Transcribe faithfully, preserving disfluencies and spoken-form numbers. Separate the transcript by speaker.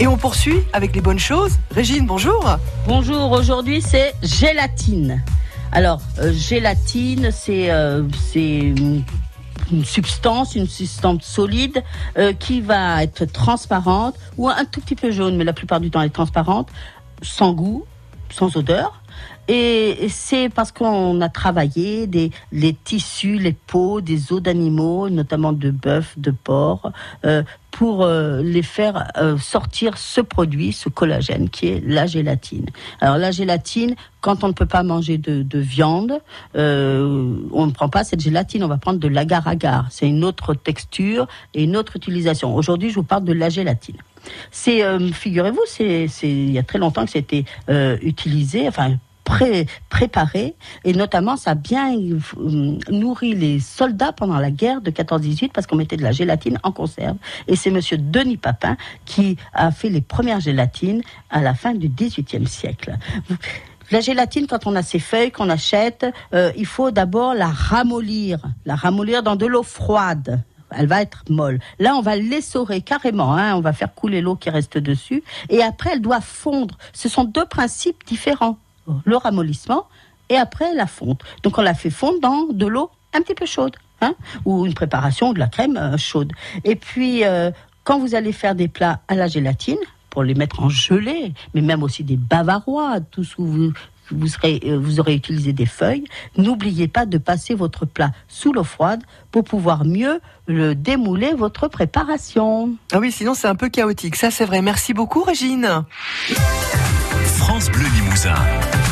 Speaker 1: Et on poursuit avec les bonnes choses. Régine, bonjour.
Speaker 2: Bonjour, aujourd'hui c'est gélatine. Alors, euh, gélatine, c'est, euh, c'est une substance, une substance solide euh, qui va être transparente ou un tout petit peu jaune, mais la plupart du temps elle est transparente, sans goût, sans odeur. Et c'est parce qu'on a travaillé des, les tissus, les peaux, des os d'animaux, notamment de bœuf, de porc, euh, pour euh, les faire euh, sortir ce produit, ce collagène qui est la gélatine. Alors la gélatine, quand on ne peut pas manger de, de viande, euh, on ne prend pas cette gélatine, on va prendre de l'agar-agar. C'est une autre texture et une autre utilisation. Aujourd'hui, je vous parle de la gélatine. C'est, euh, figurez-vous, c'est, c'est il y a très longtemps que c'était euh, utilisé, enfin Pré, préparé, et notamment ça a bien euh, nourri les soldats pendant la guerre de quatorze dix-huit parce qu'on mettait de la gélatine en conserve, et c'est monsieur Denis Papin qui a fait les premières gélatines à la fin du dix-huitième siècle. La gélatine, quand on a ses feuilles qu'on achète, euh, il faut d'abord la ramollir, la ramollir dans de l'eau froide. Elle va être molle. Là, on va l'essorer carrément, hein, on va faire couler l'eau qui reste dessus, et après, elle doit fondre. Ce sont deux principes différents. Le ramollissement et après la fonte. Donc on la fait fondre dans de l'eau un petit peu chaude, hein, ou une préparation de la crème euh, chaude. Et puis euh, quand vous allez faire des plats à la gélatine, pour les mettre en gelée, mais même aussi des bavarois, tout ce que vous vous, serez, euh, vous aurez utilisé des feuilles, n'oubliez pas de passer votre plat sous l'eau froide pour pouvoir mieux le démouler votre préparation.
Speaker 1: Ah oui, sinon c'est un peu chaotique. Ça c'est vrai. Merci beaucoup Régine.
Speaker 3: France Bleu Limousin.